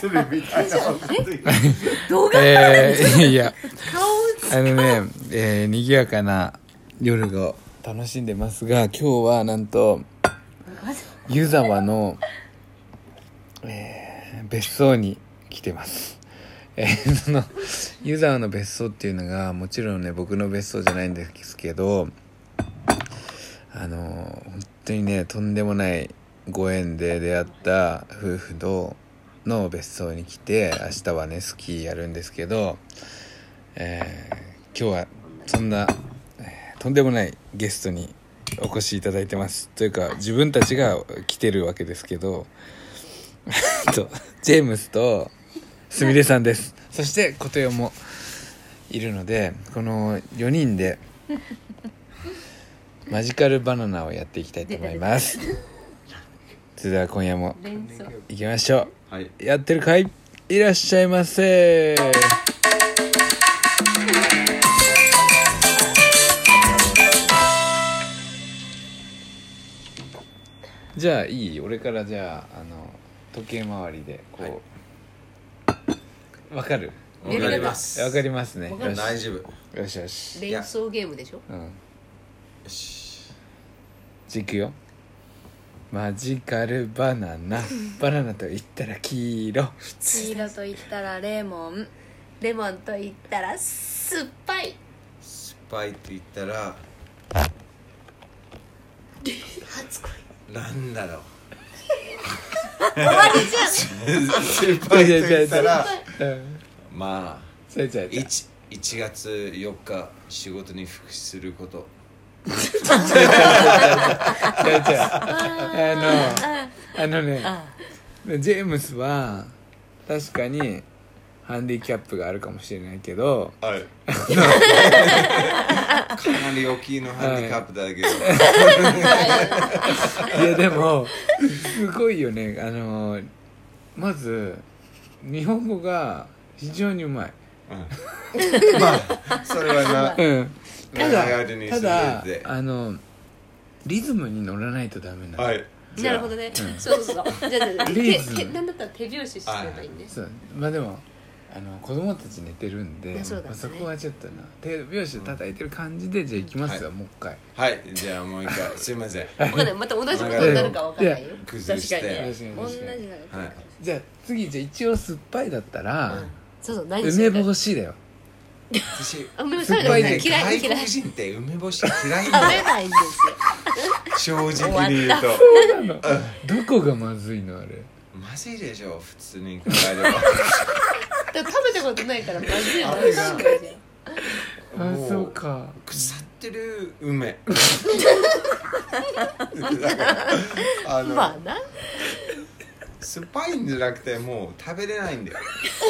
するみたいな動画いや顔賑やかな夜を楽しんでますが、今日はなんと湯沢の、別荘に来てます。その湯沢の別荘っていうのがもちろんね僕の別荘じゃないんですけど、本当にねとんでもないご縁で出会った夫婦の別荘に来て、明日はねスキーやるんですけど、今日はそんな、とんでもないゲストにお越しいただいてます。というか自分たちが来てるわけですけどジェームスとすみれさんです。そして琴代もいるので、この4人でマジカルバナナをやっていきたいと思います。それでは今夜も行きましょう、はい、やってるかい？いらっしゃいませ。じゃあいい？俺からじゃあ時計回りでこう、わかる？ わかります。 わかりますね。 大丈夫。 よしよし。 連想ゲームでしょ。 うん。よし。じゃあいくよ。マジカルバナナ。バナナと言ったら黄色。 黄色と言ったらレモン。レモンと言ったら酸っぱい。 酸っぱいと言ったら初恋。 なんだろう。 終わりじゃん。 酸っぱいと言ったらまあ 1 月4日仕事に復帰すること。 ジェームスは確かにハンディキャップがあるかもしれないけど、 はい、かなり大きいのハンディキャップだけど、 いやでもすごいよね。まず日本語が非常にうまい、 まあそれはな、 ただリズムに乗らないとダメなの。 はい、 なるほどね、そうじゃあなんだったら手拍子すればいいね。 そう、まあでも子供たち寝てるんで、 そうだね、 そこはちょっとな手拍子叩いてる感じで、じゃあ行きますよ、もう一回。 はい、じゃあもう一回すいません。 また同じことになるか分かんないよ。 崩して確かに同じだよ。 じゃあ次、じゃあ一応酸っぱいだったら、 そう何梅干しだよ。 私酸っぱいね、 外国人って梅干し嫌い食べないんですよ。 正直に言うと。 そうなの。どこがまずいのあれ？ まずいでしょ、普通に考えれば。 食べたことないからまずい。 あれがあ、そうか。 腐ってる梅。 まあな。 酸っぱいんじゃなくてもう食べれないんだよ。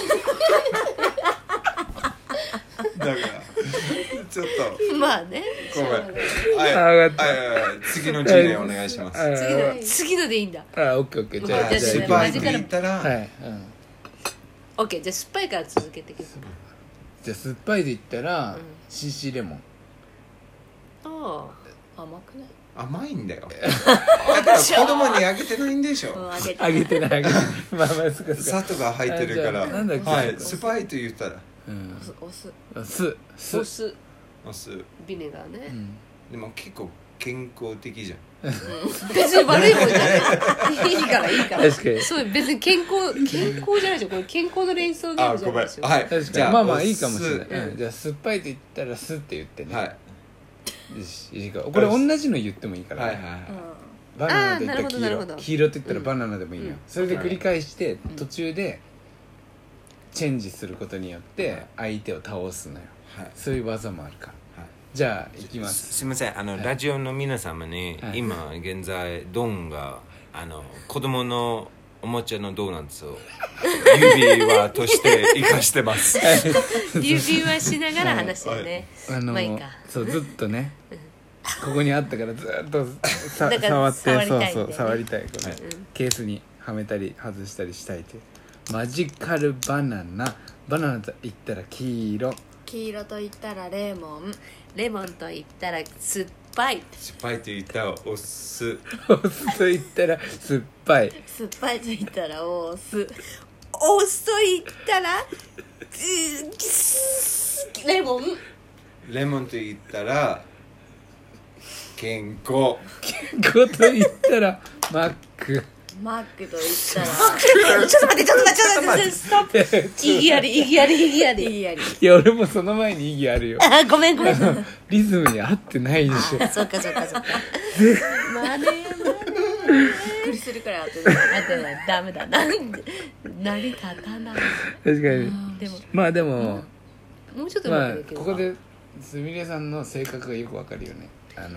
だからちょっとまあね。 ごめん。 はい。 次の字でお願いします。 次のでいいんだ。 あ、オッケーオッケー。じゃあ酸っぱいって言ったら、 はい。 オッケー、じゃあ酸っぱいから続けていく。 じゃあ酸っぱいで言ったら CC レモン。 ああ、甘くない？ 甘いんだよ。だから子供にあげてないんでしょ。 あげてない。まあ砂糖が入ってるから。 なんだっけ？ はい。酸っぱいと言ったら。 お酢。ビネガーね。 でも結構健康的じゃん。 別に悪いもんじゃない。いいから。 確かに。 そう、別に健康じゃないでしょ。これ健康の連想ゲームじゃないでしょ。 はい。 確かに。まあいいかもしれない。じゃあ酸っぱいと言ったら酢って言ってね。はい。いいか。これ同じの言ってもいいから。 はい。 バナナと言ったら黄色。黄色と言ったらバナナでもいいよ。それで繰り返して途中でチェンジすることによって相手を倒すのよ。そういう技もあるから。じゃあ行きます。 すみません、ラジオの皆様に、今現在ドンが子供のおもちゃのドーナツを指輪として生かしてます。 指輪しながら話してるね。まあいいか。 そう、ずっとねここにあったからずっと触って、そう触りたい。これケースにはめたり外したりしたいという。マジカルバナナ。バナナと言ったら黄色。 黄色と言ったらレモン。レモンと言ったら酸っぱい。 酸っぱいと言ったらお酢。 お酢と言ったら酸っぱい。 酸っぱいと言ったらお酢。 遅いったらレモン。 レモンと言ったら健康。 健康と言ったらマック。 マックと言ったらちょっと待ってストップ。意義ありいや俺もその前に意義あるよ。 あ、ごめんリズムに合ってないでしょ。 そっかマネびっくりするからあとダメだなんで成り立たない。 確かに。 でもまあでも、 もうちょっとうままあくできるかここですみれさんの性格がよくわかるよね。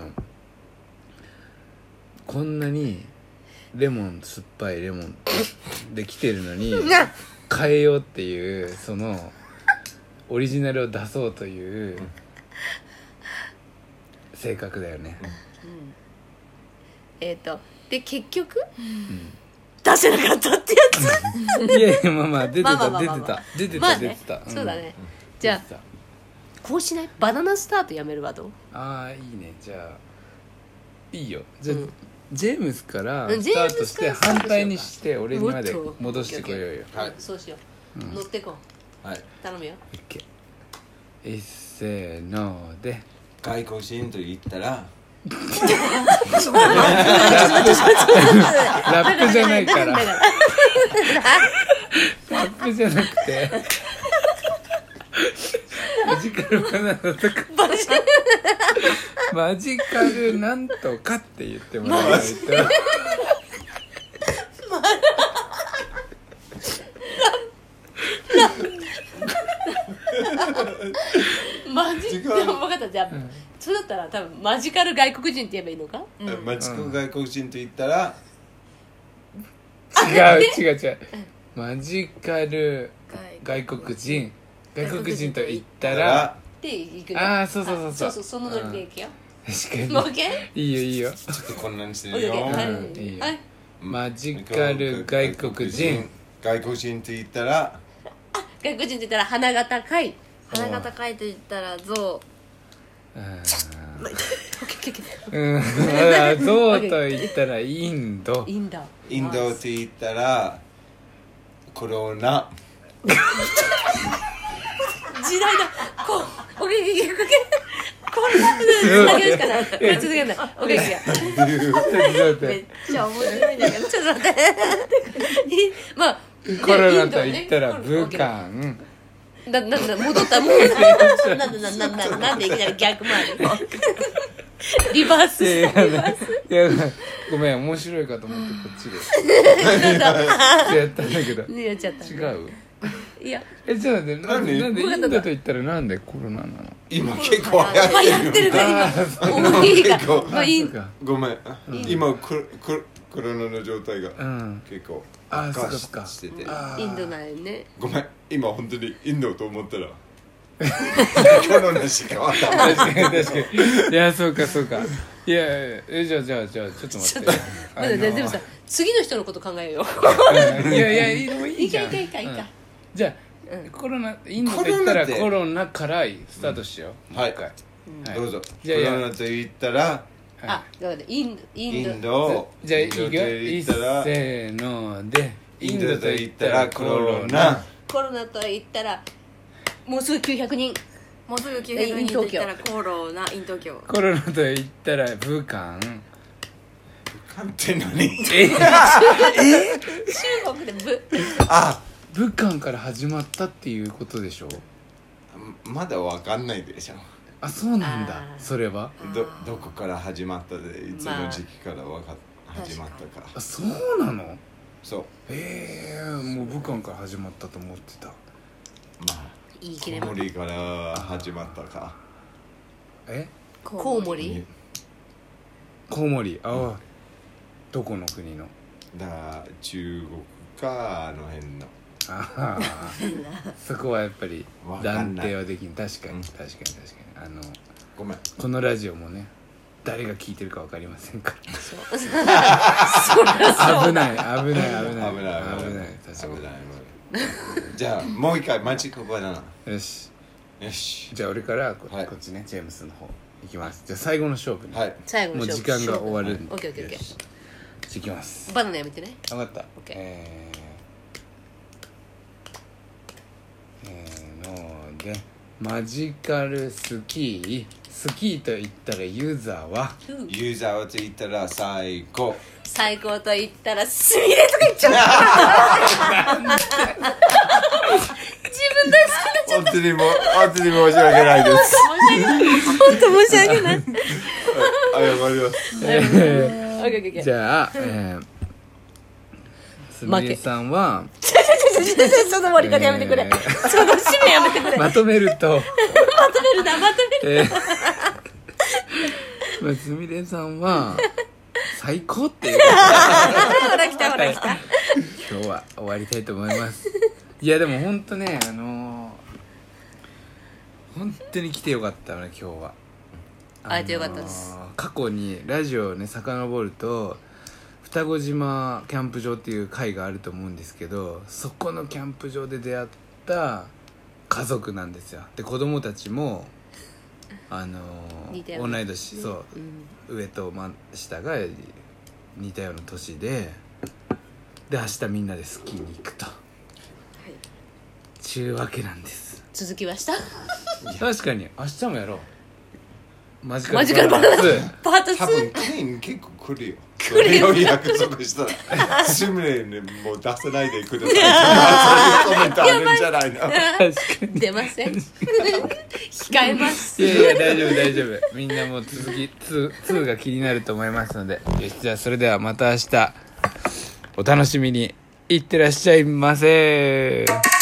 こんなにレモン酸っぱいレモンできてるのに変えようっていうそのオリジナルを出そうという性格だよね。 で結局、出せなかったってやつ。 いやいやまあ出てまあまあたまあねうんそうだね。じゃあ出てたこうしない？バナナスタートやめるわどう？ ああいいね。じゃあいいよ。じゃあ、 うんジェームスからうんスタートしてジェームスから反対にして俺にまでもっと戻してこようよ。 はいそうしよう。乗ってこう。 はい。 頼むよ。 オッケー。いっせーので。 外国人と言ったらラップじゃないから。ラップじゃなくて。マジカルバナナとか。マジカルなんとかって言ってもらわないと。 マジでも分かったじゃあ、そうだったら多分マジカル外国人って言えばいいのか？ マジカル外国人と言ったら違う。マジカル外国人と言ったら。 でいくよ。 ああそうそのノリでいくよ。 確かに。 オッケー？ いいよ。 ちょっとこんなにしてオッケーるよ。 いいよはい。 マジカル外国人。 外国人と言ったら外国人って言ったら鼻が高い。 鼻が高いと言ったらゾオッケー。 ゾウと言ったらインド。 いいんだ。 インドと言ったらコロナ。 時代だ。こう。オッケー。これだけしかない。これ続けない。オッケー。 ウめっちゃ面白いんだけどちょっと待って。まあコロナと言ったら武漢。 戻ったもうなんでいきなり逆回りリバースいやごめん面白いかと思ってこっちでやったんだけどやっちゃった違う。 いやちょっと待ってなんでインドと言ったらなんでコロナなの。 今結構流行っるやっててるから今思いが結構まあいいそうかごめん今コロナの状態がうん結構あ悪化そっかしててあーインドなんよねごめん今本当にインドと思ったらコロナしか分かんない確かにいやそうかいやじゃあちょっと待ってでもさ次の人のこと考えよういやでもいいじゃんいいかじゃあコロナインドと言ったらコロナからスタートしようはいもう一回どうぞコじゃあロナと言ったらあだからインドドじゃあいくよインドと言ったらせーのでインドと言ったらコロナコロナと言ったらもうすぐ900人もうすぐ900人と言ったらコロナイン東京コロナと言ったら武漢なんて何中国であ武漢から始まったっていうことでしょ。 まだ分かんないでしょあそうなんだあーそれはどこから始まったでいつの時期から始まったかあそうなの。 そうもう武漢から始まったと思ってた。 まあ言い切れコウモリから始まったかコウモリコウモリどこの国の。 だから中国かあの辺のあそこはやっぱりわかんない断定はできん。確かにごめんこのラジオもね誰が聞いてるか分かりませんから危ない確かに危ないじゃあもう一回マジックバナナよしよしじゃあ俺からはいこっちねジェームスの方いきます。じゃあ最後の勝負ねはい最後のもう時間が終わるんでオッケーオッケーオッケよしーいきます。 バナナやめてね分かったオッケーけマジカルスキーと言ったらユーザーはユーザーはと言ったら最高最高と言ったらすみれとか言っちゃった自分で好きになっちゃった本当に申し訳ないです本当申し訳ない謝りますじゃあ、すみれさんはその終わり方やめてくれ、その締めやめてくれまとめるとまとめるすみれさんは最高っていうほら来た今日は終わりたいと思いますいやでも本当ね本当に来てよかったね今日は会えてよかったです過去にラジオをね遡ると双子島キャンプ場っていう回があると思うんですけどそこのキャンプ場で出会った家族なんですよで子供たちも同い年そう、上と下が似たような年で明日みんなでスキーに行くとちゅうわけなんです続きはした確かに明日もやろうマジカルバランスパート2 多分ケイン結構来るよそれを約束したらスミレにもう出さないでくださいそういうコメントあるんじゃないの確かに出ません控えますいや大丈夫みんなもう続き 2が気になると思いますのでよしじゃあそれではまた明日お楽しみにいってらっしゃいませ。